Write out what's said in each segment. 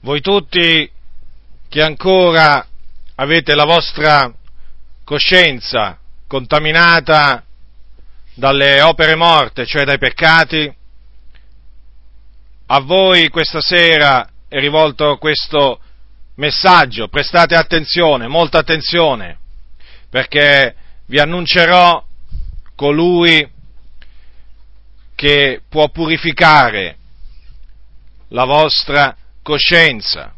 Voi tutti che ancora avete la vostra coscienza contaminata dalle opere morte, cioè dai peccati, a voi questa sera è rivolto questo messaggio. Prestate attenzione, molta attenzione, perché vi annuncerò colui che può purificare la vostra coscienza.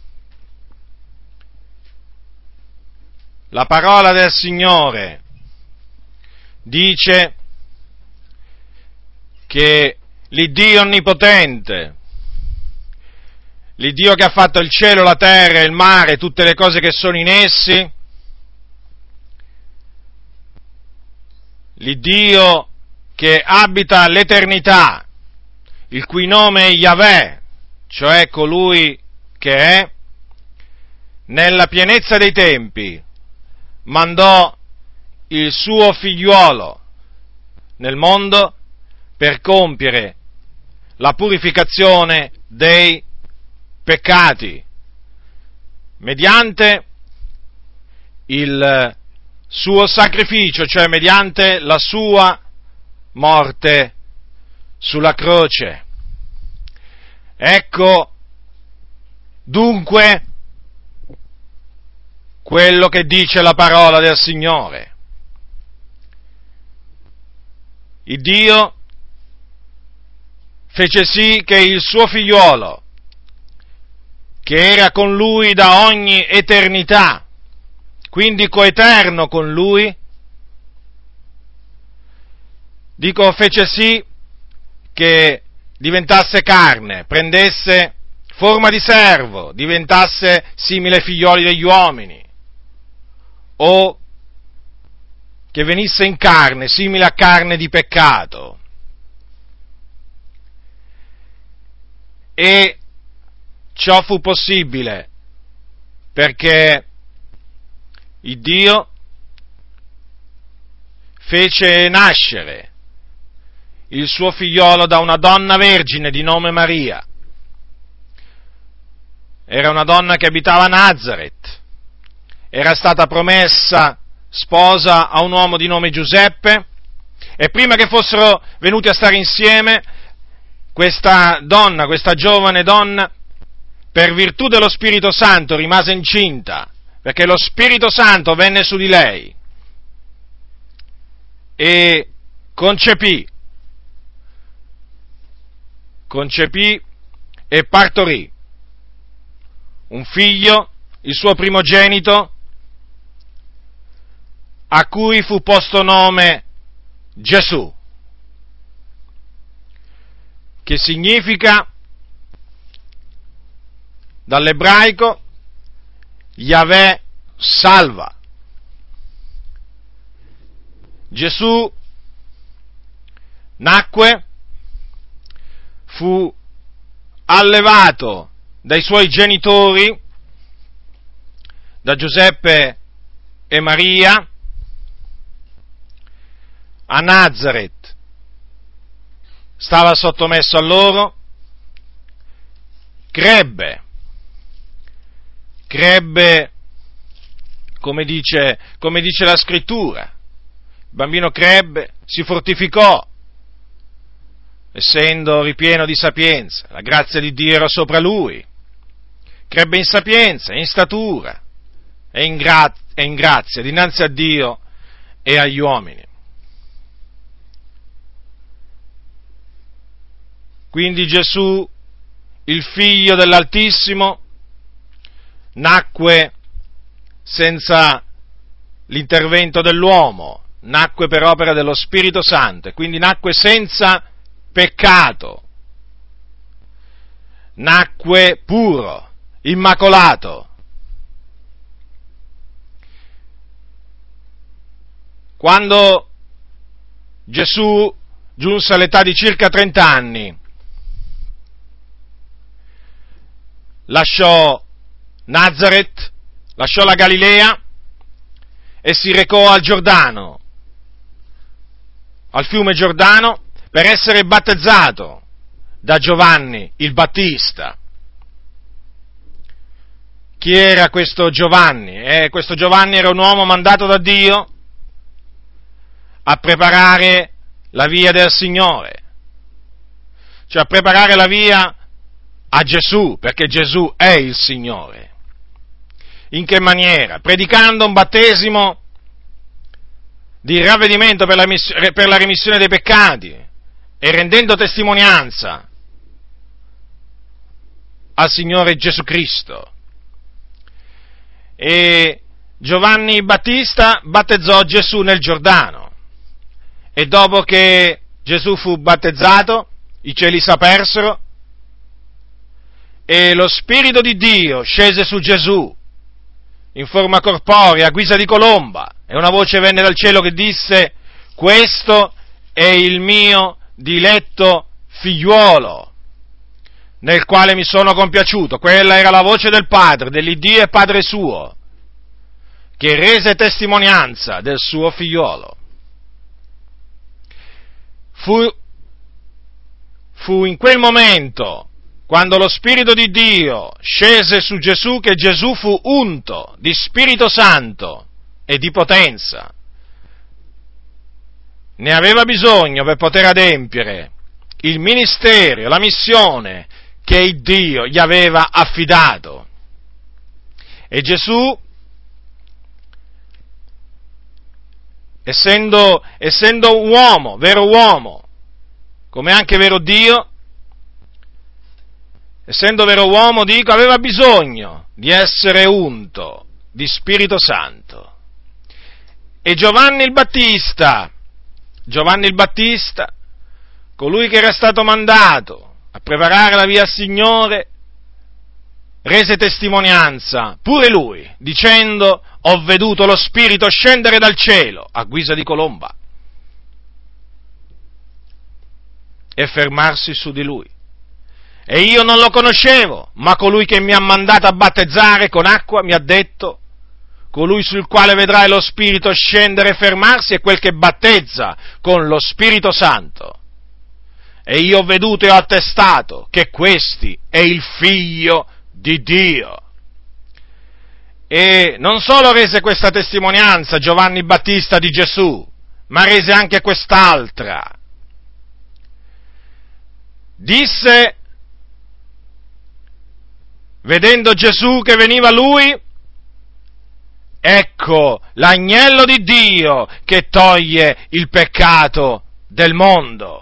La parola del Signore dice che l'Iddio onnipotente, l'Iddio che ha fatto il cielo, la terra, il mare, tutte le cose che sono in essi, l'Iddio che abita l'eternità, il cui nome è Yahweh, cioè colui che è, nella pienezza dei tempi, mandò il suo figliuolo nel mondo per compiere la purificazione dei peccati, mediante il suo sacrificio, cioè mediante la sua morte sulla croce. Ecco dunque quello che dice la parola del Signore. Il Dio fece sì che il suo figliuolo, che era con lui da ogni eternità, quindi coeterno con lui, fece sì che diventasse carne, prendesse forma di servo, diventasse simile ai figlioli degli uomini, o che venisse in carne, simile a carne di peccato. E ciò fu possibile perché il Dio fece nascere il suo figliolo da una donna vergine di nome Maria. Era una donna che abitava a Nazaret, era stata promessa sposa a un uomo di nome Giuseppe, e prima che fossero venuti a stare insieme, questa giovane donna, per virtù dello Spirito Santo rimase incinta, perché lo Spirito Santo venne su di lei e concepì e partorì un figlio, il suo primogenito, a cui fu posto nome Gesù, che significa dall'ebraico Yahweh salva. Gesù nacque, fu allevato dai suoi genitori, da Giuseppe e Maria, a Nazaret, stava sottomesso a loro, crebbe, come dice la Scrittura. Il bambino crebbe, si fortificò, essendo ripieno di sapienza, la grazia di Dio era sopra lui, crebbe in sapienza, in statura e in grazia dinanzi a Dio e agli uomini. Quindi Gesù, il Figlio dell'Altissimo, nacque senza l'intervento dell'uomo, nacque per opera dello Spirito Santo, e quindi nacque senza peccato, nacque puro, immacolato. Quando Gesù giunse all'età di circa 30 anni, lasciò Nazaret, lasciò la Galilea e si recò al Giordano, al fiume Giordano, per essere battezzato da Giovanni il Battista. chi era questo Giovanni? Questo Giovanni era un uomo mandato da Dio a preparare la via del Signore, cioè a preparare la via a Gesù, perché Gesù è il Signore. In che maniera? Predicando un battesimo di ravvedimento per la remissione dei peccati e rendendo testimonianza al Signore Gesù Cristo. E Giovanni Battista battezzò Gesù nel Giordano, e dopo che Gesù fu battezzato, i cieli s'apersero e lo Spirito di Dio scese su Gesù in forma corporea, a guisa di colomba, e una voce venne dal cielo che disse: questo è il mio diletto figliuolo, nel quale mi sono compiaciuto. Quella era la voce del Padre, dell'Iddio e Padre suo, che rese testimonianza del suo figliuolo. Fu in quel momento, quando lo Spirito di Dio scese su Gesù, che Gesù fu unto di Spirito Santo e di potenza. Ne aveva bisogno per poter adempiere il ministero, la missione che Dio gli aveva affidato. E Gesù, essendo uomo, vero uomo, come anche vero Dio, essendo vero uomo, aveva bisogno di essere unto di Spirito Santo. E Giovanni il Battista, colui che era stato mandato a preparare la via al Signore, rese testimonianza, pure lui, dicendo: ho veduto lo Spirito scendere dal cielo a guisa di colomba e fermarsi su di lui. E io non lo conoscevo, ma colui che mi ha mandato a battezzare con acqua mi ha detto: colui sul quale vedrai lo Spirito scendere e fermarsi è quel che battezza con lo Spirito Santo. E io ho veduto e ho attestato che questi è il Figlio di Dio. E non solo rese questa testimonianza Giovanni Battista di Gesù, ma rese anche quest'altra. Disse, vedendo Gesù che veniva a lui: ecco l'agnello di Dio che toglie il peccato del mondo.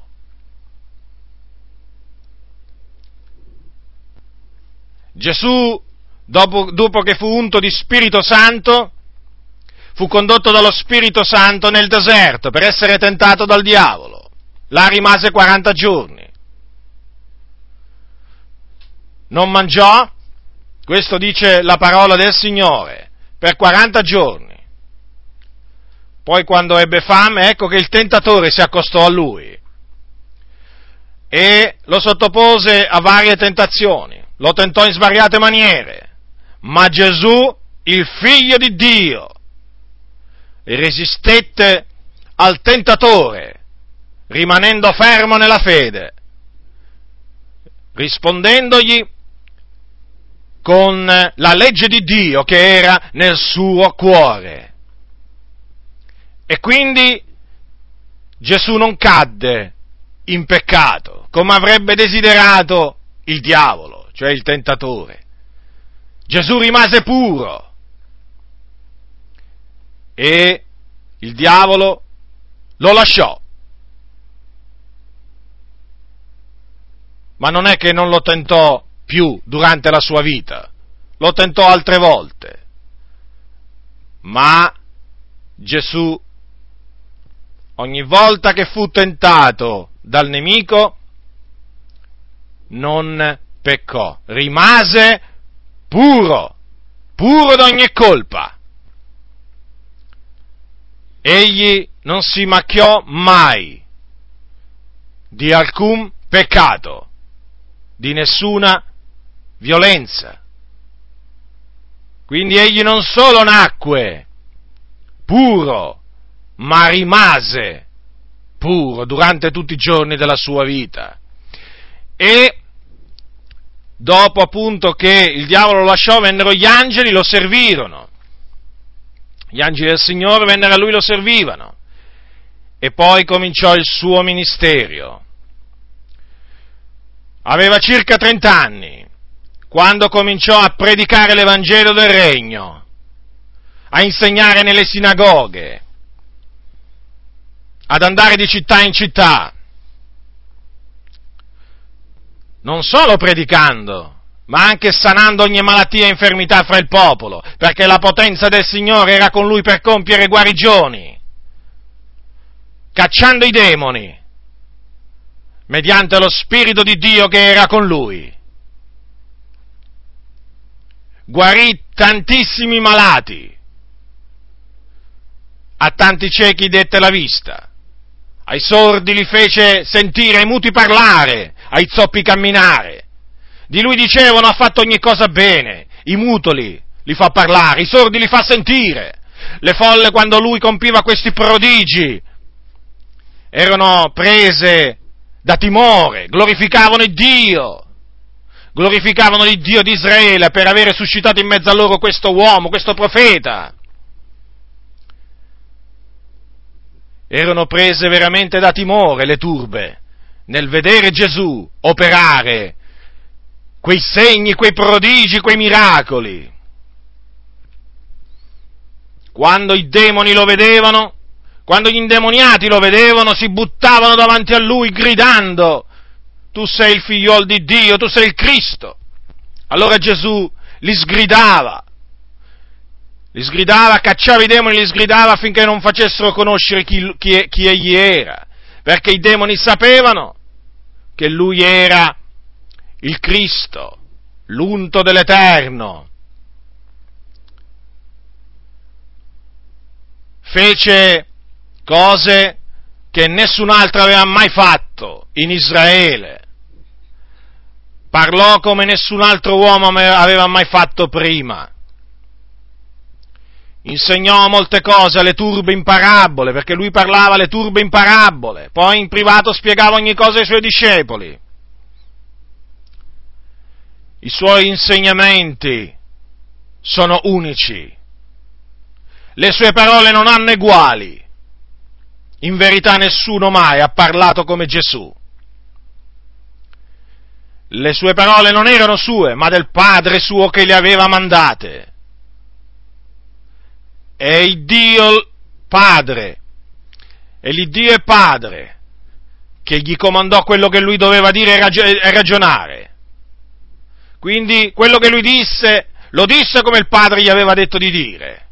Gesù, dopo che fu unto di Spirito Santo, fu condotto dallo Spirito Santo nel deserto per essere tentato dal diavolo. Là rimase 40 giorni. Non mangiò, questo dice la parola del Signore, per 40 giorni. Poi quando ebbe fame, ecco che il tentatore si accostò a lui e lo sottopose a varie tentazioni, lo tentò in svariate maniere, ma Gesù, il Figlio di Dio, resistette al tentatore, rimanendo fermo nella fede, rispondendogli con la legge di Dio che era nel suo cuore. E quindi Gesù non cadde in peccato, come avrebbe desiderato il diavolo, cioè il tentatore. Gesù rimase puro e il diavolo lo lasciò. Ma non è che non lo tentò più durante la sua vita, lo tentò altre volte, ma Gesù, ogni volta che fu tentato dal nemico, non peccò, rimase puro da ogni colpa. Egli non si macchiò mai di alcun peccato, di nessuna violenza. Quindi egli non solo nacque puro, ma rimase puro durante tutti i giorni della sua vita. E dopo appunto che il diavolo lo lasciò, vennero gli angeli, lo servirono. Gli angeli del Signore vennero a lui, lo servivano. E poi cominciò il suo ministero. Aveva circa 30 anni, quando cominciò a predicare l'Evangelo del Regno, a insegnare nelle sinagoghe, ad andare di città in città, non solo predicando, ma anche sanando ogni malattia e infermità fra il popolo, perché la potenza del Signore era con lui per compiere guarigioni, cacciando i demoni, mediante lo Spirito di Dio che era con lui. Guarì tantissimi malati, a tanti ciechi dette la vista, ai sordi li fece sentire, ai muti parlare, ai zoppi camminare. Di lui dicevano: ha fatto ogni cosa bene. I mutoli li fa parlare, i sordi li fa sentire. Le folle, quando lui compiva questi prodigi, erano prese da timore, glorificavano il Dio di Israele per avere suscitato in mezzo a loro questo uomo, questo profeta. Erano prese veramente da timore le turbe nel vedere Gesù operare quei segni, quei prodigi, quei miracoli. Quando i demoni lo vedevano, quando gli indemoniati lo vedevano, si buttavano davanti a lui gridando: tu sei il figliuolo di Dio, tu sei il Cristo. Allora Gesù li sgridava, cacciava i demoni, li sgridava affinché non facessero conoscere chi egli era, perché i demoni sapevano che lui era il Cristo, l'unto dell'Eterno. Fece cose che nessun altro aveva mai fatto in Israele. Parlò come nessun altro uomo aveva mai fatto prima. Insegnò molte cose alle turbe in parabole, perché lui parlava alle turbe in parabole, poi in privato spiegava ogni cosa ai suoi discepoli. I suoi insegnamenti sono unici, le sue parole non hanno eguali. In verità nessuno mai ha parlato come Gesù. Le sue parole non erano sue, ma del Padre suo che le aveva mandate. È il Dio Padre, è l'Iddio e Padre che gli comandò quello che lui doveva dire e ragionare. Quindi quello che lui disse, lo disse come il Padre gli aveva detto di dire.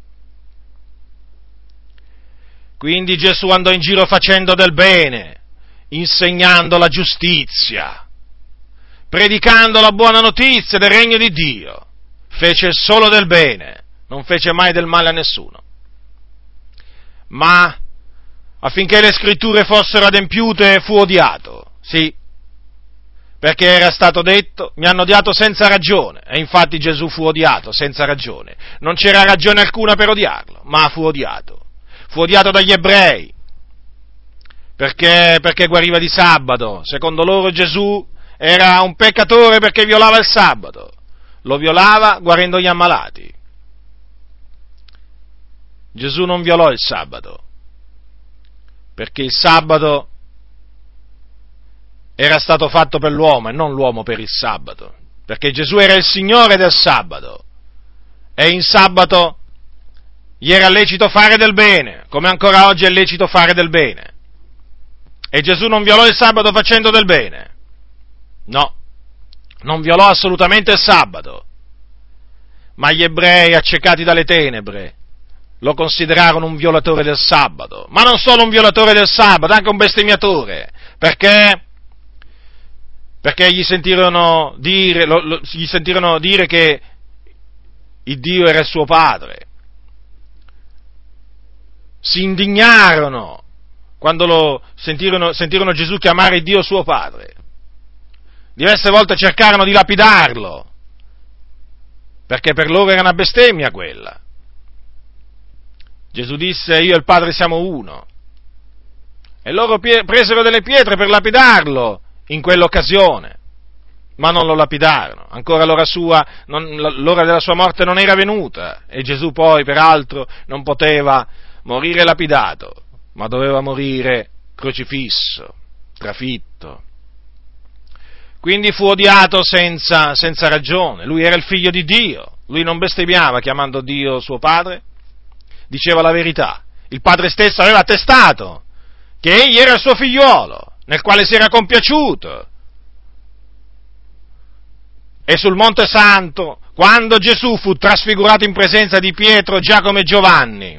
Quindi Gesù andò in giro facendo del bene, insegnando la giustizia, predicando la buona notizia del regno di Dio. Fece solo del bene, non fece mai del male a nessuno. Ma affinché le scritture fossero adempiute fu odiato, sì, perché era stato detto: mi hanno odiato senza ragione, e infatti Gesù fu odiato senza ragione. Non c'era ragione alcuna per odiarlo, ma fu odiato dagli ebrei, perché guariva di sabato. Secondo loro Gesù era un peccatore perché violava il sabato, lo violava guarendo gli ammalati. Gesù non violò il sabato, perché il sabato era stato fatto per l'uomo e non l'uomo per il sabato, perché Gesù era il Signore del sabato, e in sabato gli era lecito fare del bene, come ancora oggi è lecito fare del bene. E Gesù non violò il sabato facendo del bene. No, non violò assolutamente il sabato. Ma gli ebrei, accecati dalle tenebre, lo considerarono un violatore del sabato. Ma non solo un violatore del sabato, anche un bestemmiatore. Perché gli sentirono dire che il Dio era il suo padre. Si indignarono quando sentirono Gesù chiamare Dio suo padre. Diverse volte cercarono di lapidarlo, perché per loro era una bestemmia quella. Gesù disse: io e il Padre siamo uno. E loro presero delle pietre per lapidarlo in quell'occasione. ma non lo lapidarono. Ancora l'ora della sua morte non era venuta, e Gesù poi, peraltro, non poteva morire lapidato, ma doveva morire crocifisso, trafitto. Quindi fu odiato senza ragione. Lui era il figlio di Dio, lui non bestemmiava chiamando Dio suo padre, diceva la verità. Il padre stesso aveva attestato che egli era il suo figliuolo, nel quale si era compiaciuto. E sul Monte Santo, quando Gesù fu trasfigurato in presenza di Pietro, Giacomo e Giovanni,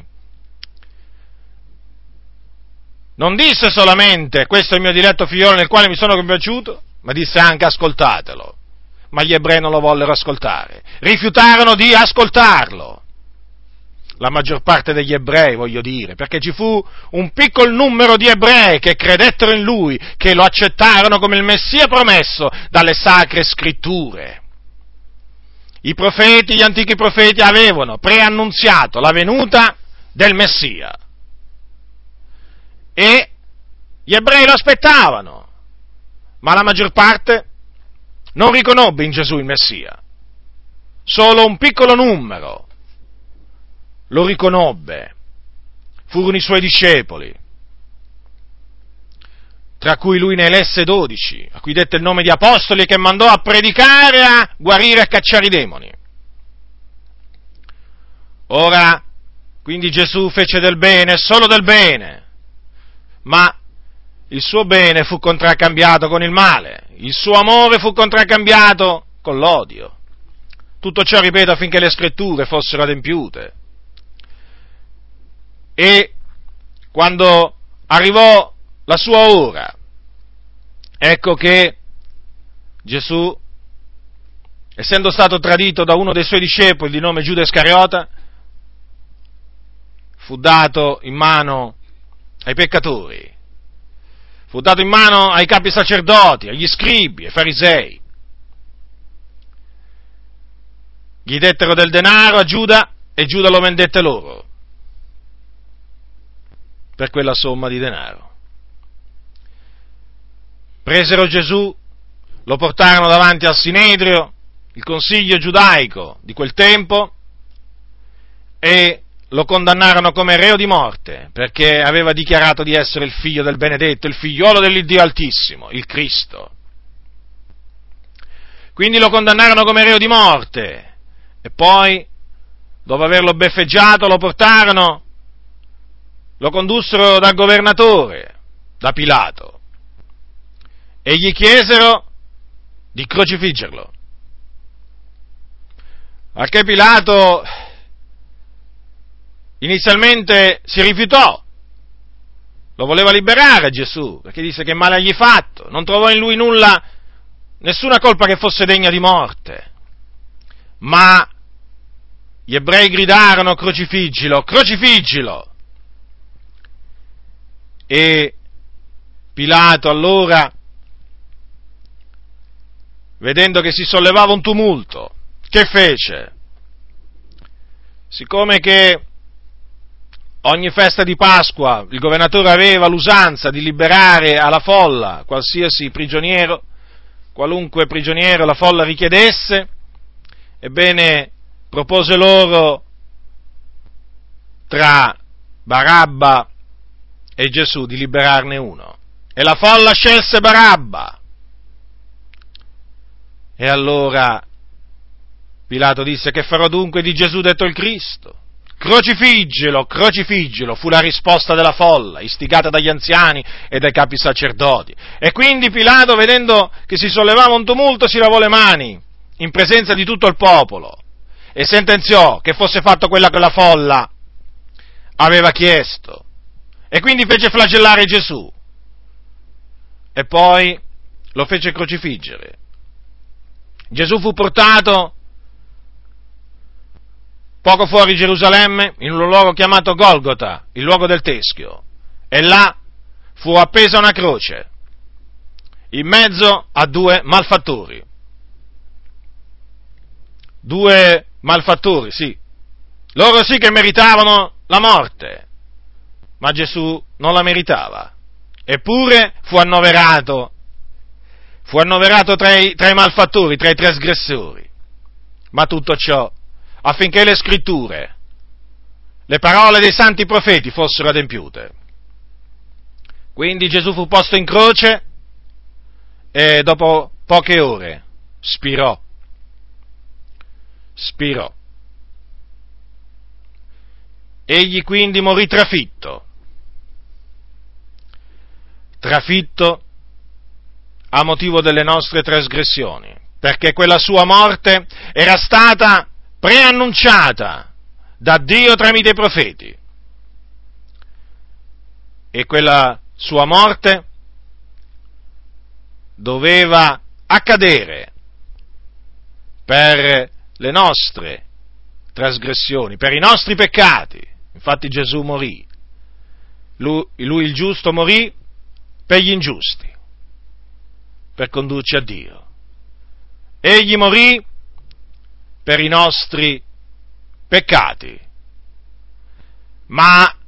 non disse solamente: questo è il mio diletto figliolo nel quale mi sono compiaciuto, ma disse anche: ascoltatelo. Ma gli ebrei non lo vollero ascoltare, rifiutarono di ascoltarlo. La maggior parte degli ebrei, voglio dire, perché ci fu un piccolo numero di ebrei che credettero in lui, che lo accettarono come il Messia promesso dalle sacre scritture. I profeti, gli antichi profeti avevano preannunziato la venuta del Messia e gli ebrei lo aspettavano, ma la maggior parte non riconobbe in Gesù il Messia. Solo un piccolo numero lo riconobbe, furono i suoi discepoli, tra cui lui ne elesse 12, a cui dette il nome di apostoli, che mandò a predicare, a guarire e a cacciare i demoni. Ora, quindi Gesù fece del bene, solo del bene, ma il suo bene fu contraccambiato con il male, il suo amore fu contraccambiato con l'odio. Tutto ciò, ripeto, affinché le scritture fossero adempiute. E quando arrivò la sua ora, ecco che Gesù, essendo stato tradito da uno dei suoi discepoli di nome Giuda Iscariota, fu dato in mano ai peccatori, fu dato in mano ai capi sacerdoti, agli scribi, ai farisei. Gli dettero del denaro a Giuda e Giuda lo vendette loro per quella somma di denaro. Presero Gesù, lo portarono davanti al Sinedrio, il consiglio giudaico di quel tempo, e lo condannarono come reo di morte, perché aveva dichiarato di essere il figlio del benedetto, il figliolo dell'Iddio Altissimo, il Cristo. Quindi lo condannarono come reo di morte, e poi, dopo averlo beffeggiato, lo condussero dal governatore, da Pilato, e gli chiesero di crocifiggerlo. Al che Pilato inizialmente si rifiutò, lo voleva liberare Gesù, perché disse: che male agli fatto, non trovò in lui nessuna colpa che fosse degna di morte. Ma gli ebrei gridarono: crocifiggilo, crocifiggilo! E Pilato allora, vedendo che si sollevava un tumulto, che fece? Siccome che ogni festa di Pasqua il governatore aveva l'usanza di liberare alla folla qualsiasi prigioniero, qualunque prigioniero la folla richiedesse, ebbene propose loro tra Barabba e Gesù di liberarne uno. E la folla scelse Barabba. E allora Pilato disse: che farò dunque di Gesù detto il Cristo? Crocifiggilo, crocifiggilo, fu la risposta della folla, istigata dagli anziani e dai capi sacerdoti. E quindi Pilato, vedendo che si sollevava un tumulto, si lavò le mani in presenza di tutto il popolo e sentenziò che fosse fatto quella che la folla aveva chiesto. E quindi fece flagellare Gesù e poi lo fece crocifiggere. Gesù fu portato poco fuori Gerusalemme, in un luogo chiamato Golgota, il luogo del teschio, e là fu appesa una croce, in mezzo a due malfattori, sì, loro sì che meritavano la morte, ma Gesù non la meritava, eppure fu annoverato fu annoverato tra i malfattori, tra i trasgressori, ma tutto ciò affinché le scritture, le parole dei santi profeti fossero adempiute. Quindi Gesù fu posto in croce e dopo poche ore spirò. Egli quindi morì trafitto a motivo delle nostre trasgressioni, perché quella sua morte era stata preannunciata da Dio tramite i profeti, e quella sua morte doveva accadere per le nostre trasgressioni, per i nostri peccati. Infatti Gesù morì, lui il giusto morì per gli ingiusti, per condurci a Dio. Egli morì per i nostri peccati, ma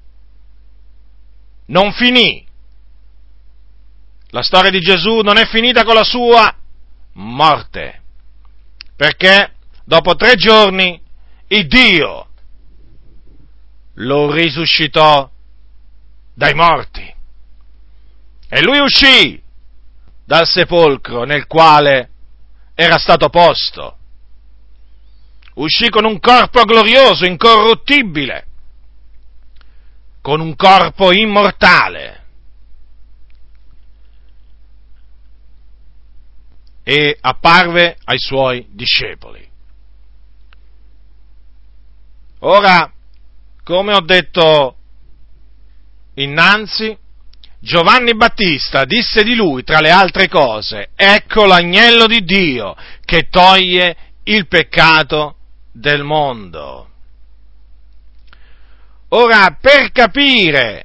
non finì. La storia di Gesù non è finita con la sua morte, perché dopo 3 giorni il Dio lo risuscitò dai morti e lui uscì dal sepolcro nel quale era stato posto. Uscì con un corpo glorioso, incorruttibile, con un corpo immortale, e apparve ai suoi discepoli. Ora, come ho detto innanzi, Giovanni Battista disse di lui, tra le altre cose: ecco l'agnello di Dio che toglie il peccato del mondo. Ora, per capire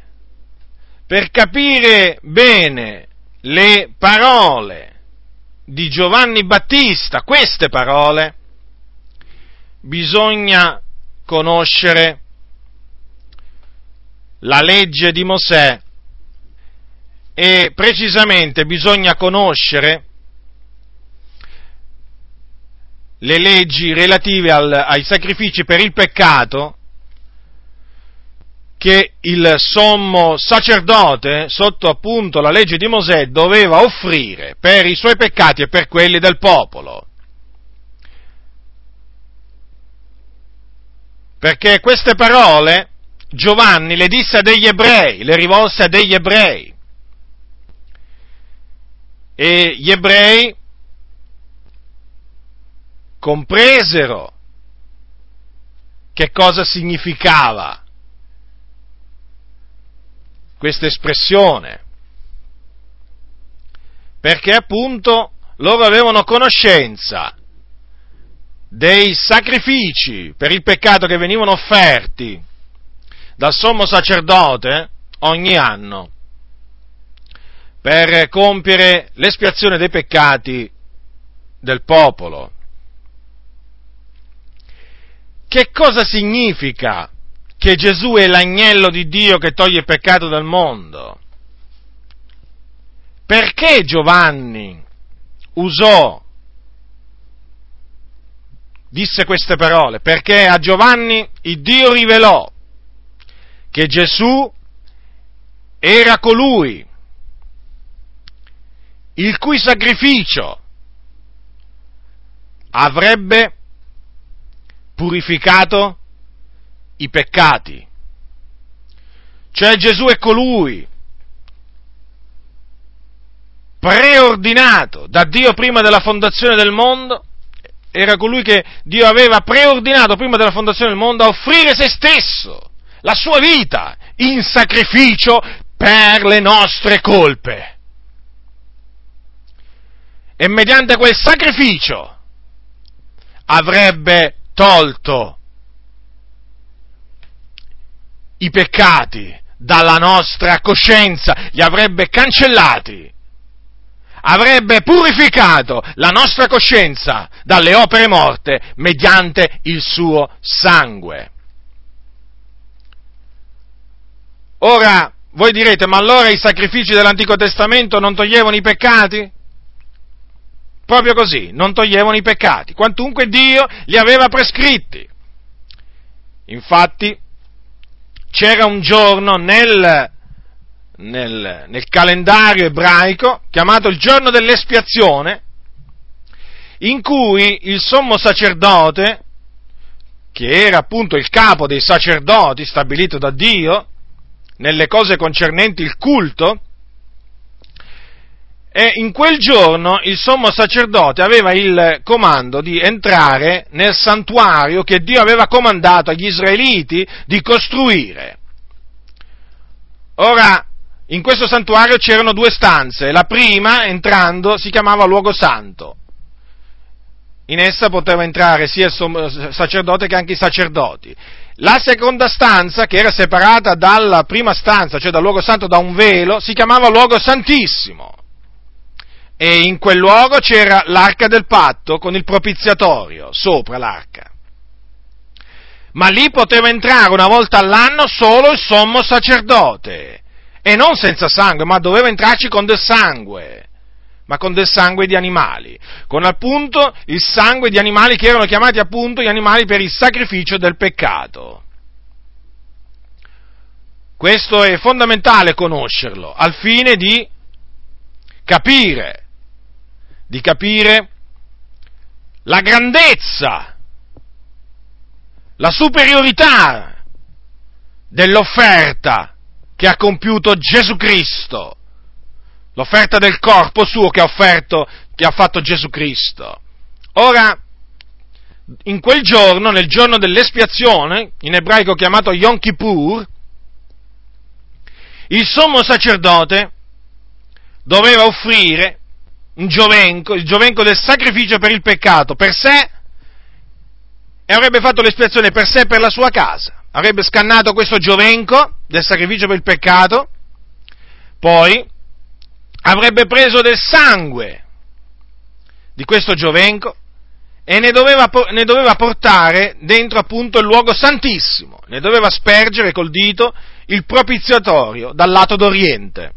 bene le parole di Giovanni Battista, queste parole, bisogna conoscere la legge di Mosè, e precisamente bisogna conoscere le leggi relative ai sacrifici per il peccato che il sommo sacerdote, sotto appunto la legge di Mosè, doveva offrire per i suoi peccati e per quelli del popolo. Perché queste parole Giovanni le disse a degli ebrei, le rivolse a degli ebrei, e gli ebrei compresero che cosa significava questa espressione, perché appunto loro avevano conoscenza dei sacrifici per il peccato che venivano offerti dal sommo sacerdote ogni anno per compiere l'espiazione dei peccati del popolo. Che cosa significa che Gesù è l'agnello di Dio che toglie il peccato del mondo? Perché Giovanni disse queste parole? Perché a Giovanni il Dio rivelò che Gesù era colui il cui sacrificio avrebbe purificato i peccati. Cioè Gesù è colui preordinato da Dio prima della fondazione del mondo, era colui che Dio aveva preordinato prima della fondazione del mondo a offrire se stesso, la sua vita, in sacrificio per le nostre colpe. E mediante quel sacrificio avrebbe tolto i peccati dalla nostra coscienza, li avrebbe cancellati, avrebbe purificato la nostra coscienza dalle opere morte mediante il suo sangue. Ora, voi direte, ma allora i sacrifici dell'Antico Testamento non toglievano i peccati? proprio così, non toglievano i peccati, quantunque Dio li aveva prescritti. Infatti, c'era un giorno nel calendario ebraico, chiamato il giorno dell'espiazione, in cui il sommo sacerdote, che era appunto il capo dei sacerdoti stabilito da Dio, nelle cose concernenti il culto, e in quel giorno il sommo sacerdote aveva il comando di entrare nel santuario che Dio aveva comandato agli israeliti di costruire. Ora, in questo santuario c'erano due stanze, la prima, entrando, si chiamava luogo santo. In essa poteva entrare sia il sommo sacerdote che anche i sacerdoti. La seconda stanza, che era separata dalla prima stanza, cioè dal luogo santo da un velo, si chiamava luogo santissimo. E in quel luogo c'era l'arca del patto con il propiziatorio sopra l'arca. Ma lì poteva entrare una volta all'anno solo il sommo sacerdote, e non senza sangue, ma doveva entrarci con del sangue, ma con del sangue di animali, con appunto il sangue di animali che erano chiamati appunto gli animali per il sacrificio del peccato. Questo è fondamentale conoscerlo, al fine di capire la grandezza, la superiorità dell'offerta che ha compiuto Gesù Cristo, l'offerta del corpo suo che ha fatto Gesù Cristo. Ora, in quel giorno, nel giorno dell'espiazione, in ebraico chiamato Yom Kippur, il sommo sacerdote doveva offrire un giovenco, il giovenco del sacrificio per il peccato, per sé, e avrebbe fatto l'espiazione per sé e per la sua casa. Avrebbe scannato questo giovenco del sacrificio per il peccato, poi avrebbe preso del sangue di questo giovenco e ne doveva portare dentro appunto il luogo santissimo, ne doveva spergere col dito il propiziatorio dal lato d'oriente.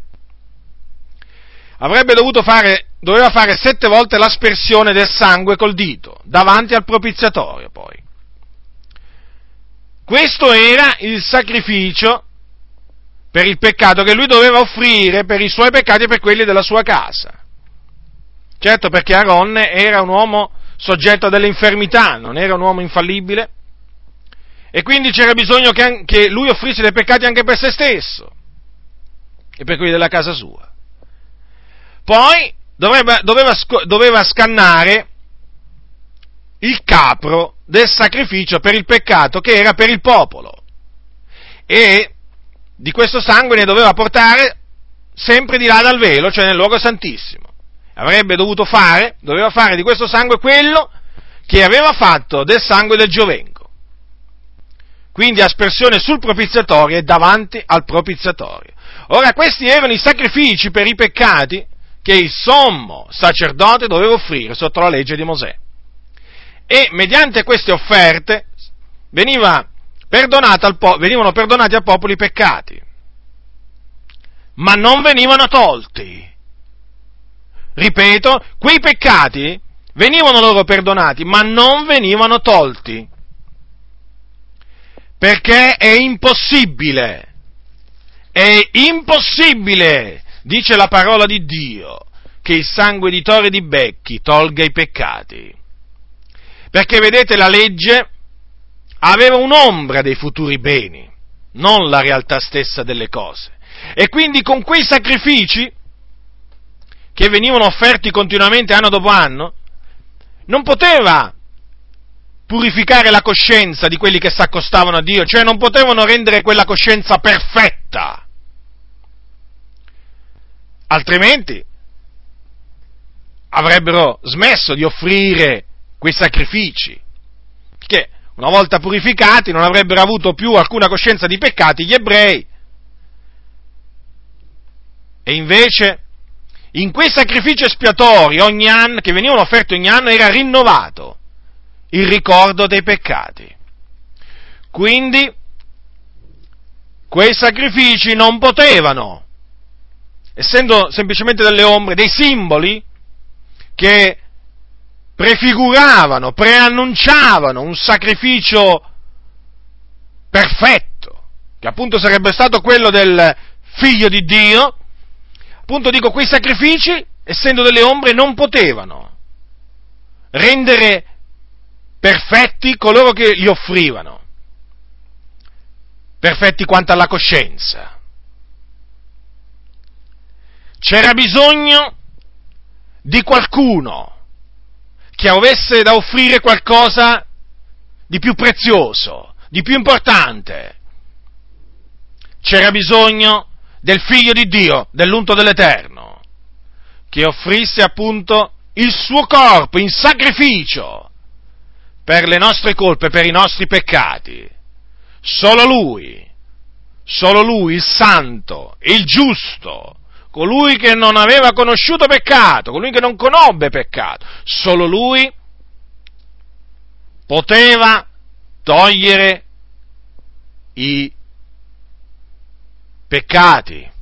Doveva fare 7 volte l'aspersione del sangue col dito, davanti al propiziatorio poi. Questo era il sacrificio per il peccato che lui doveva offrire per i suoi peccati e per quelli della sua casa. Certo, perché Aaronne era un uomo soggetto a delle infermità, non era un uomo infallibile, e quindi c'era bisogno che lui offrisse dei peccati anche per se stesso e per quelli della casa sua. Poi doveva scannare il capro del sacrificio per il peccato che era per il popolo, e di questo sangue ne doveva portare sempre di là dal velo, cioè nel luogo santissimo. Doveva fare di questo sangue quello che aveva fatto del sangue del giovenco. Quindi aspersione sul propiziatorio e davanti al propiziatorio. Ora, questi erano i sacrifici per i peccati che il sommo sacerdote doveva offrire sotto la legge di Mosè. E mediante queste offerte venivano perdonati al popolo i peccati, ma non venivano tolti. Ripeto, quei peccati venivano loro perdonati, ma non venivano tolti, perché è impossibile, dice la parola di Dio, che il sangue di tori e di becchi tolga i peccati. Perché vedete, la legge aveva un'ombra dei futuri beni, non la realtà stessa delle cose. E quindi con quei sacrifici che venivano offerti continuamente anno dopo anno, non poteva purificare la coscienza di quelli che si accostavano a Dio, cioè non potevano rendere quella coscienza perfetta. Altrimenti avrebbero smesso di offrire quei sacrifici, che una volta purificati non avrebbero avuto più alcuna coscienza di peccati gli ebrei. E invece in quei sacrifici espiatori ogni anno, che venivano offerti ogni anno, era rinnovato il ricordo dei peccati. Quindi quei sacrifici non potevano, essendo semplicemente delle ombre, dei simboli che prefiguravano, preannunciavano un sacrificio perfetto, che appunto sarebbe stato quello del Figlio di Dio. Appunto dico, quei sacrifici, essendo delle ombre, non potevano rendere perfetti coloro che li offrivano, perfetti quanto alla coscienza. C'era bisogno di qualcuno che avesse da offrire qualcosa di più prezioso, di più importante. C'era bisogno del Figlio di Dio, dell'unto dell'Eterno, che offrisse appunto il suo corpo in sacrificio per le nostre colpe, per i nostri peccati. Solo Lui, il Santo, il Giusto, colui che non aveva conosciuto peccato, colui che non conobbe peccato, solo Lui poteva togliere i peccati.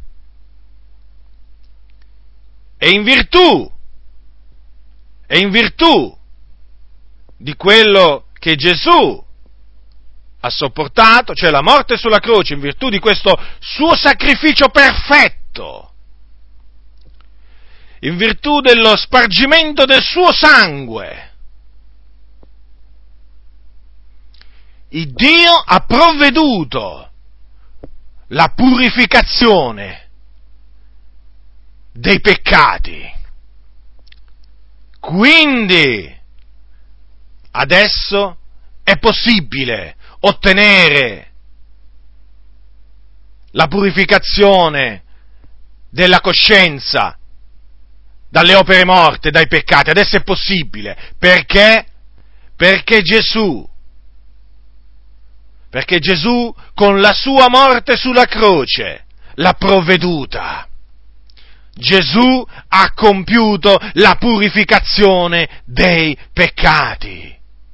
E in virtù di quello che Gesù ha sopportato, cioè la morte sulla croce, in virtù di questo suo sacrificio perfetto, in virtù dello spargimento del suo sangue, il Dio ha provveduto la purificazione dei peccati. Quindi adesso è possibile ottenere la purificazione della coscienza dalle opere morte, dai peccati. Adesso è possibile. Perché? Perché Gesù con la sua morte sulla croce l'ha provveduta. Gesù ha compiuto la purificazione dei peccati,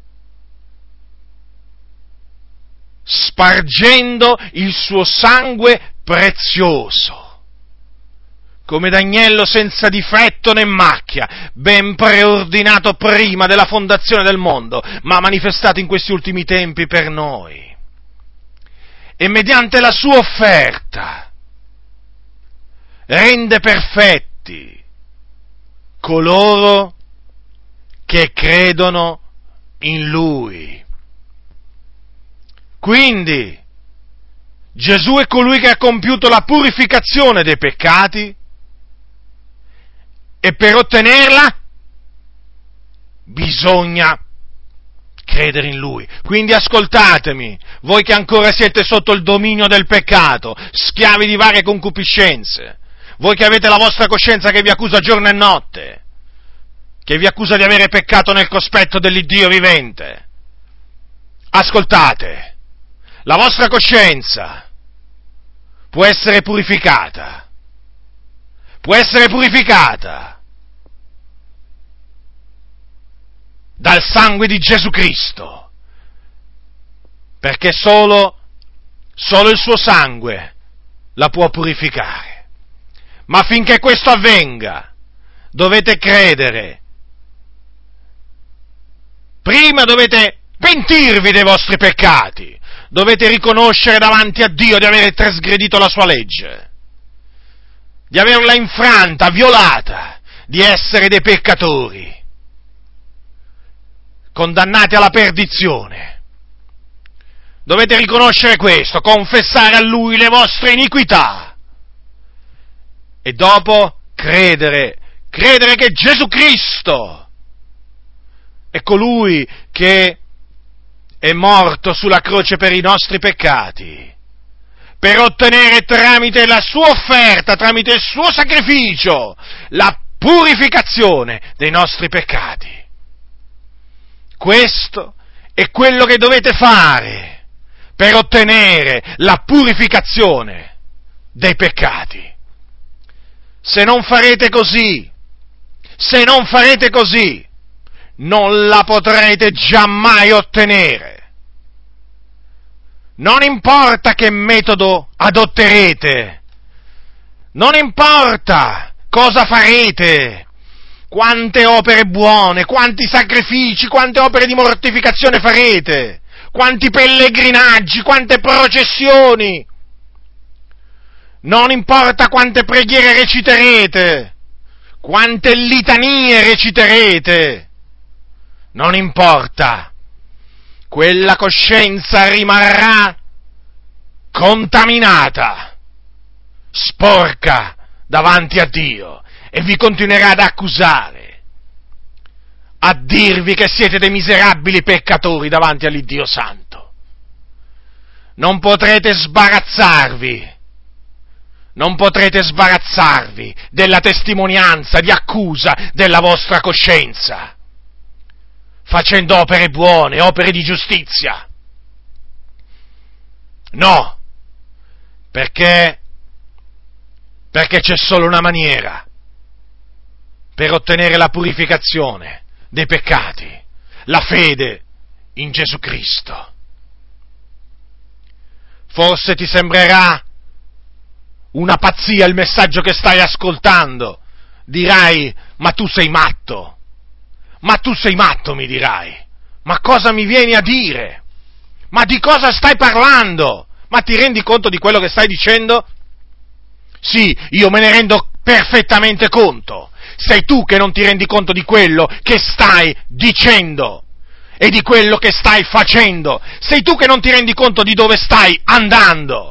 spargendo il suo sangue prezioso, come d'agnello senza difetto né macchia, ben preordinato prima della fondazione del mondo, ma manifestato in questi ultimi tempi per noi. E mediante la sua offerta rende perfetti coloro che credono in Lui. Quindi Gesù è colui che ha compiuto la purificazione dei peccati, e per ottenerla bisogna credere in Lui. Quindi ascoltatemi, voi che ancora siete sotto il dominio del peccato, schiavi di varie concupiscenze, voi che avete la vostra coscienza che vi accusa giorno e notte, che vi accusa di avere peccato nel cospetto dell'Iddio vivente, ascoltate, la vostra coscienza può essere purificata dal sangue di Gesù Cristo, perché solo il suo sangue la può purificare. Ma finché questo avvenga, dovete credere. Prima dovete pentirvi dei vostri peccati, dovete riconoscere davanti a Dio di aver trasgredito la sua legge, di averla infranta, violata, di essere dei peccatori, condannati alla perdizione. Dovete riconoscere questo, confessare a Lui le vostre iniquità e dopo credere che Gesù Cristo è colui che è morto sulla croce per i nostri peccati, per ottenere tramite la sua offerta, tramite il suo sacrificio, la purificazione dei nostri peccati. Questo è quello che dovete fare per ottenere la purificazione dei peccati. Se non farete così, non la potrete giammai ottenere. Non importa che metodo adotterete, non importa cosa farete, quante opere buone, quanti sacrifici, quante opere di mortificazione farete, quanti pellegrinaggi, quante processioni, non importa quante preghiere reciterete, quante litanie reciterete, non importa, quella coscienza rimarrà contaminata, sporca davanti a Dio e vi continuerà ad accusare, a dirvi che siete dei miserabili peccatori davanti all'Iddio Santo. Non potrete sbarazzarvi della testimonianza di accusa della vostra coscienza, facendo opere buone, opere di giustizia. No, perché c'è solo una maniera per ottenere la purificazione dei peccati, la fede in Gesù Cristo. Forse ti sembrerà una pazzia il messaggio che stai ascoltando, dirai, ma tu sei matto, mi dirai, ma cosa mi vieni a dire? Ma di cosa stai parlando? Ma ti rendi conto di quello che stai dicendo? Sì, io me ne rendo perfettamente conto. Sei tu che non ti rendi conto di quello che stai dicendo e di quello che stai facendo. Sei tu che non ti rendi conto di dove stai andando.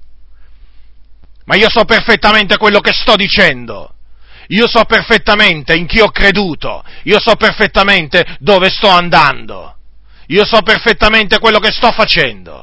Ma io so perfettamente quello che sto dicendo. Io so perfettamente in chi ho creduto. Io so perfettamente dove sto andando. Io so perfettamente quello che sto facendo.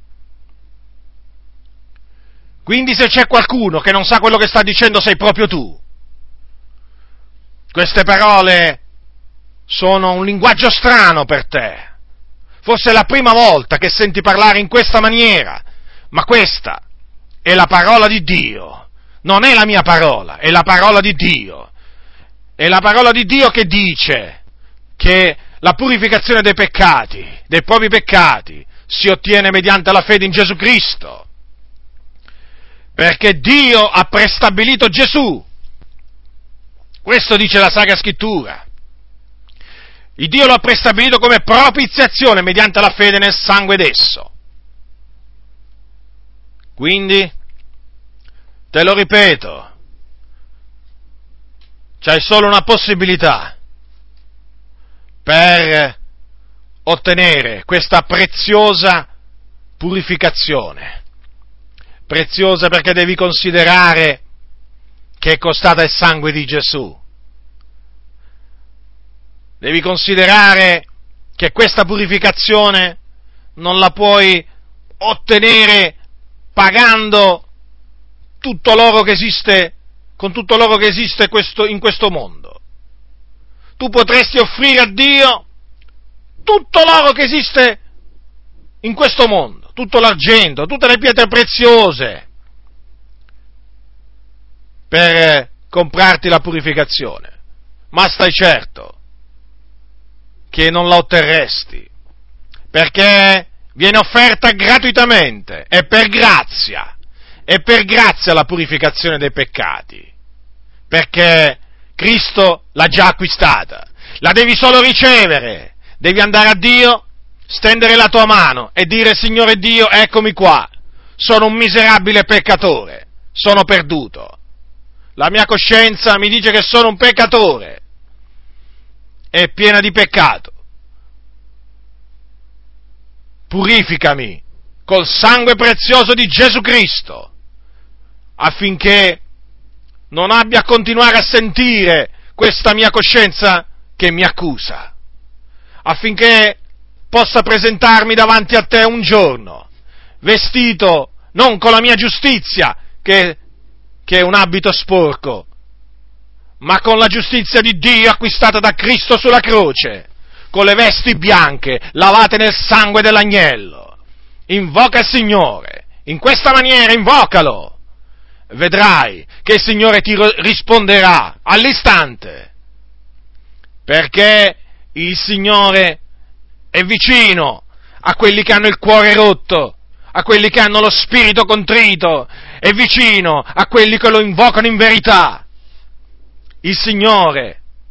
Quindi se c'è qualcuno che non sa quello che sta dicendo, sei proprio tu. Queste parole sono un linguaggio strano per te. Forse è la prima volta che senti parlare in questa maniera, ma questa è la parola di Dio. Non è la mia parola, è la parola di Dio. È la parola di Dio che dice che la purificazione dei peccati, dei propri peccati, si ottiene mediante la fede in Gesù Cristo. Perché Dio ha prestabilito Gesù. Questo dice la Sacra Scrittura. Il Dio lo ha prestabilito come propiziazione mediante la fede nel sangue d'esso. Quindi, te lo ripeto, c'hai solo una possibilità per ottenere questa preziosa purificazione. Preziosa perché devi considerare che è costata il sangue di Gesù. Devi considerare che questa purificazione non la puoi ottenere pagando tutto l'oro che esiste, con tutto l'oro che esiste in questo mondo. Tu potresti offrire a Dio tutto l'oro che esiste in questo mondo, tutto l'argento, tutte le pietre preziose, per comprarti la purificazione, ma stai certo che non la otterresti, perché viene offerta gratuitamente, è per grazia la purificazione dei peccati, perché Cristo l'ha già acquistata, la devi solo ricevere, devi andare a Dio, stendere la tua mano e dire: Signore Dio, eccomi qua, sono un miserabile peccatore, sono perduto. La mia coscienza mi dice che sono un peccatore, è piena di peccato. Purificami col sangue prezioso di Gesù Cristo, affinché non abbia a continuare a sentire questa mia coscienza che mi accusa, affinché possa presentarmi davanti a te un giorno, vestito non con la mia giustizia, che è un abito sporco, ma con la giustizia di Dio acquistata da Cristo sulla croce, con le vesti bianche, lavate nel sangue dell'agnello. Invoca il Signore, in questa maniera invocalo, vedrai che il Signore ti risponderà all'istante, perché il Signore è vicino a quelli che hanno il cuore rotto, a quelli che hanno lo spirito contrito, è vicino a quelli che lo invocano in verità. Il Signore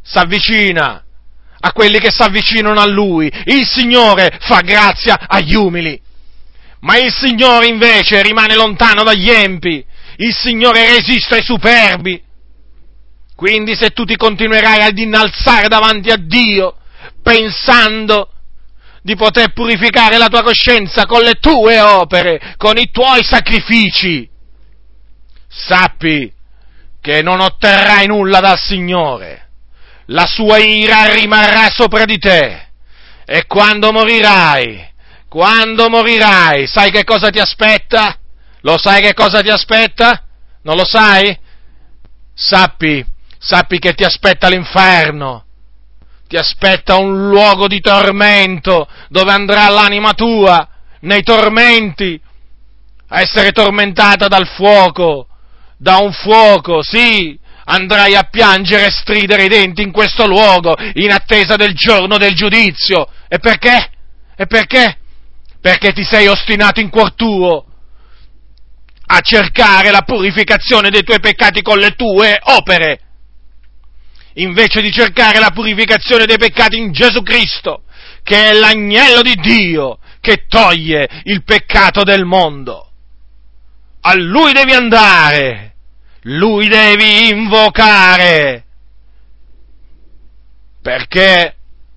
s'avvicina a quelli che s'avvicinano a Lui, il Signore fa grazia agli umili, ma il Signore invece rimane lontano dagli empi, il Signore resiste ai superbi. Quindi se tu ti continuerai ad innalzare davanti a Dio, pensando di poter purificare la tua coscienza con le tue opere, con i tuoi sacrifici, sappi che non otterrai nulla dal Signore. La sua ira rimarrà sopra di te, e quando morirai, sai che cosa ti aspetta? Lo sai che cosa ti aspetta? Non lo sai? Sappi che ti aspetta l'inferno, ti aspetta un luogo di tormento, dove andrà l'anima tua, nei tormenti, a essere tormentata da un fuoco, sì, andrai a piangere e stridere i denti in questo luogo, in attesa del giorno del giudizio. E perché? Perché ti sei ostinato in cuor tuo a cercare la purificazione dei tuoi peccati con le tue opere, invece di cercare la purificazione dei peccati in Gesù Cristo, che è l'agnello di Dio che toglie il peccato del mondo. A Lui devi andare, Lui devi invocare, perché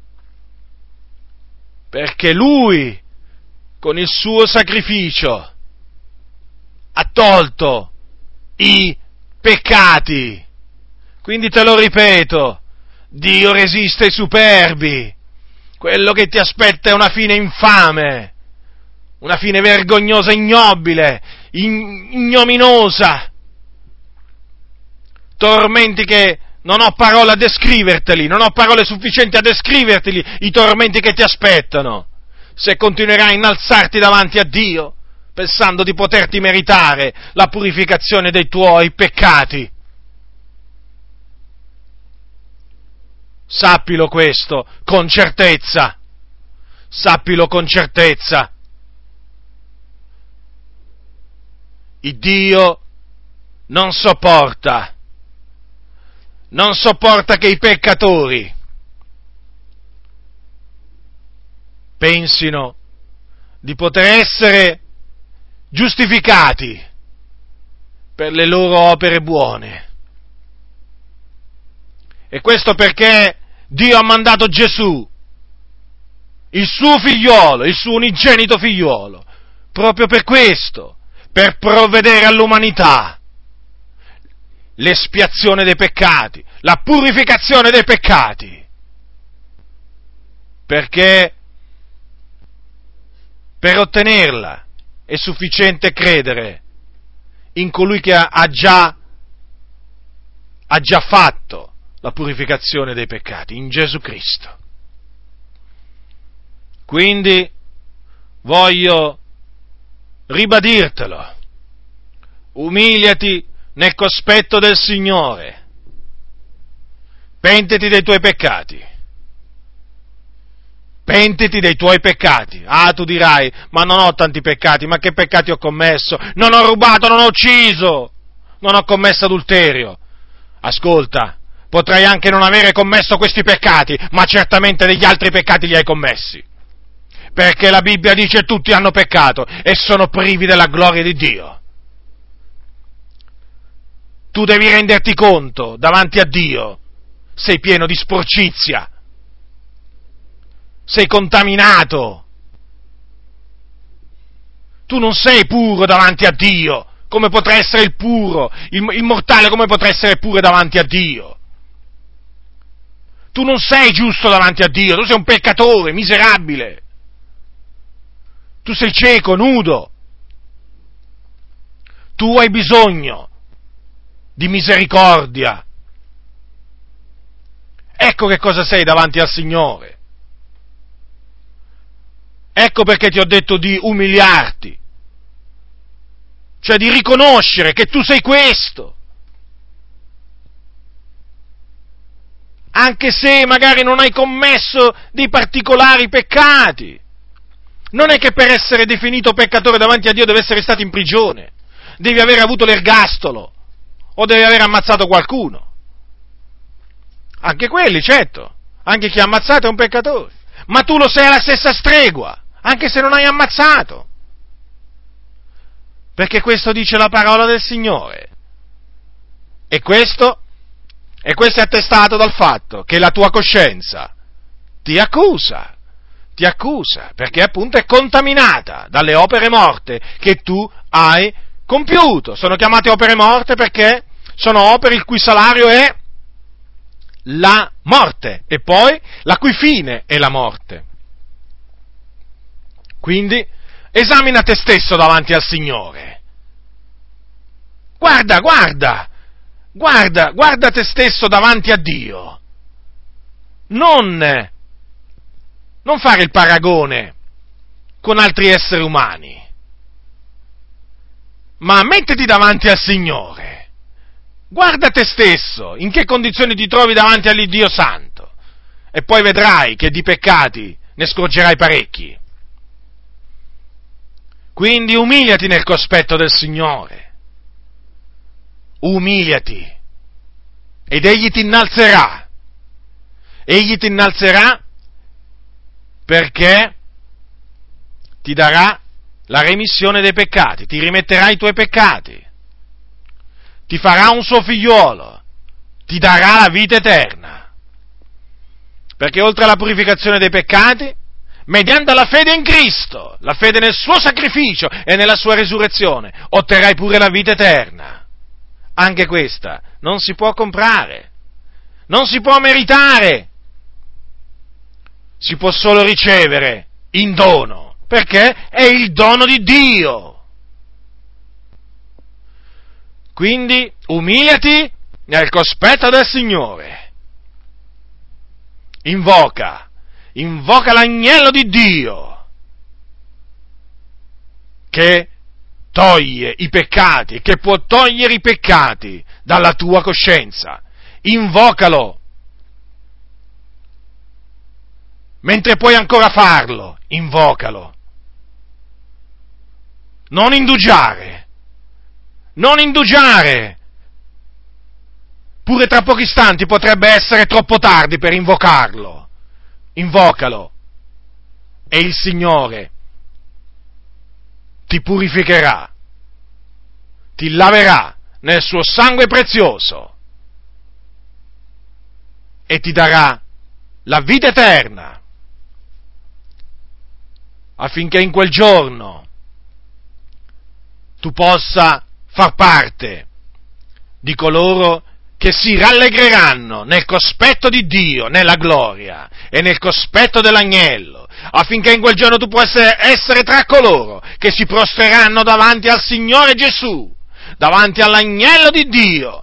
Lui, con il suo sacrificio, ha tolto i peccati. Quindi te lo ripeto, Dio resiste ai superbi. Quello che ti aspetta è una fine infame, una fine vergognosa, ignobile, ignominosa. Tormenti che non ho parole a descriverteli, non ho parole sufficienti a descriverteli, i tormenti che ti aspettano, se continuerai a innalzarti davanti a Dio, pensando di poterti meritare la purificazione dei tuoi peccati. Sappilo questo con certezza, sappilo con certezza. Il Dio non sopporta che i peccatori pensino di poter essere giustificati per le loro opere buone. E questo perché Dio ha mandato Gesù, il suo figliolo, il suo unigenito figliolo, proprio per questo, per provvedere all'umanità l'espiazione dei peccati, la purificazione dei peccati, perché per ottenerla è sufficiente credere in colui che ha già fatto la purificazione dei peccati, in Gesù Cristo. Quindi voglio ribadirtelo: umiliati nel cospetto del Signore, pentiti dei tuoi peccati. Pentiti dei tuoi peccati. Ah, tu dirai, ma non ho tanti peccati, ma che peccati ho commesso? Non ho rubato, non ho ucciso, non ho commesso adulterio. Ascolta, potrai anche non avere commesso questi peccati, ma certamente degli altri peccati li hai commessi. Perché la Bibbia dice tutti hanno peccato e sono privi della gloria di Dio. Tu devi renderti conto davanti a Dio, sei pieno di sporcizia, sei contaminato, tu non sei puro davanti a Dio, come potrà essere il puro, il mortale come potrà essere puro davanti a Dio? Tu non sei giusto davanti a Dio, tu sei un peccatore, miserabile, tu sei cieco, nudo, tu hai bisogno di misericordia. Ecco che cosa sei davanti al Signore. Ecco perché ti ho detto di umiliarti, cioè di riconoscere che tu sei questo, anche se magari non hai commesso dei particolari peccati. Non è che per essere definito peccatore davanti a Dio devi essere stato in prigione, devi aver avuto l'ergastolo o devi aver ammazzato qualcuno. Anche quelli, certo, anche chi ha ammazzato è un peccatore, ma tu lo sei alla stessa stregua, anche se non hai ammazzato, perché questo dice la parola del Signore, e questo è attestato dal fatto che la tua coscienza ti accusa, perché appunto è contaminata dalle opere morte che tu hai compiuto. Sono chiamate opere morte perché sono opere il cui salario è la morte, e poi la cui fine è la morte. Quindi esamina te stesso davanti al Signore. Guarda te stesso davanti a Dio. Non fare il paragone con altri esseri umani, ma mettiti davanti al Signore. Guarda te stesso, in che condizioni ti trovi davanti all'Iddio Santo, e poi vedrai che di peccati ne scorgerai parecchi. Quindi umiliati nel cospetto del Signore, umiliati, ed Egli ti innalzerà perché ti darà la remissione dei peccati, ti rimetterà i tuoi peccati, ti farà un suo figliuolo, ti darà la vita eterna, perché oltre alla purificazione dei peccati, mediante la fede in Cristo, la fede nel suo sacrificio e nella sua resurrezione, otterrai pure la vita eterna. Anche questa non si può comprare, non si può meritare, si può solo ricevere in dono, perché è il dono di Dio. Quindi umiliati nel cospetto del Signore, invoca l'agnello di Dio che toglie i peccati, che può togliere i peccati dalla tua coscienza. Invocalo mentre puoi ancora farlo, invocalo. Non indugiare. Pure tra pochi istanti potrebbe essere troppo tardi per invocarlo. Invocalo e il Signore ti purificherà, ti laverà nel suo sangue prezioso e ti darà la vita eterna, affinché in quel giorno tu possa far parte di coloro che si rallegreranno nel cospetto di Dio, nella gloria e nel cospetto dell'agnello, affinché in quel giorno tu possa essere tra coloro che si prostreranno davanti al Signore Gesù, davanti all'agnello di Dio,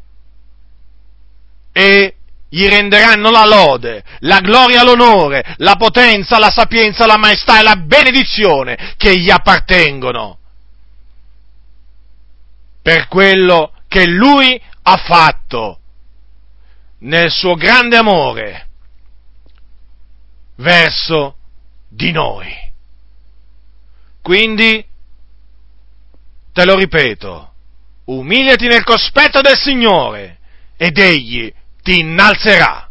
e gli renderanno la lode, la gloria, l'onore, la potenza, la sapienza, la maestà e la benedizione che gli appartengono per quello che Lui ha fatto nel suo grande amore verso di noi. Quindi, te lo ripeto, umiliati nel cospetto del Signore ed Egli ti innalzerà.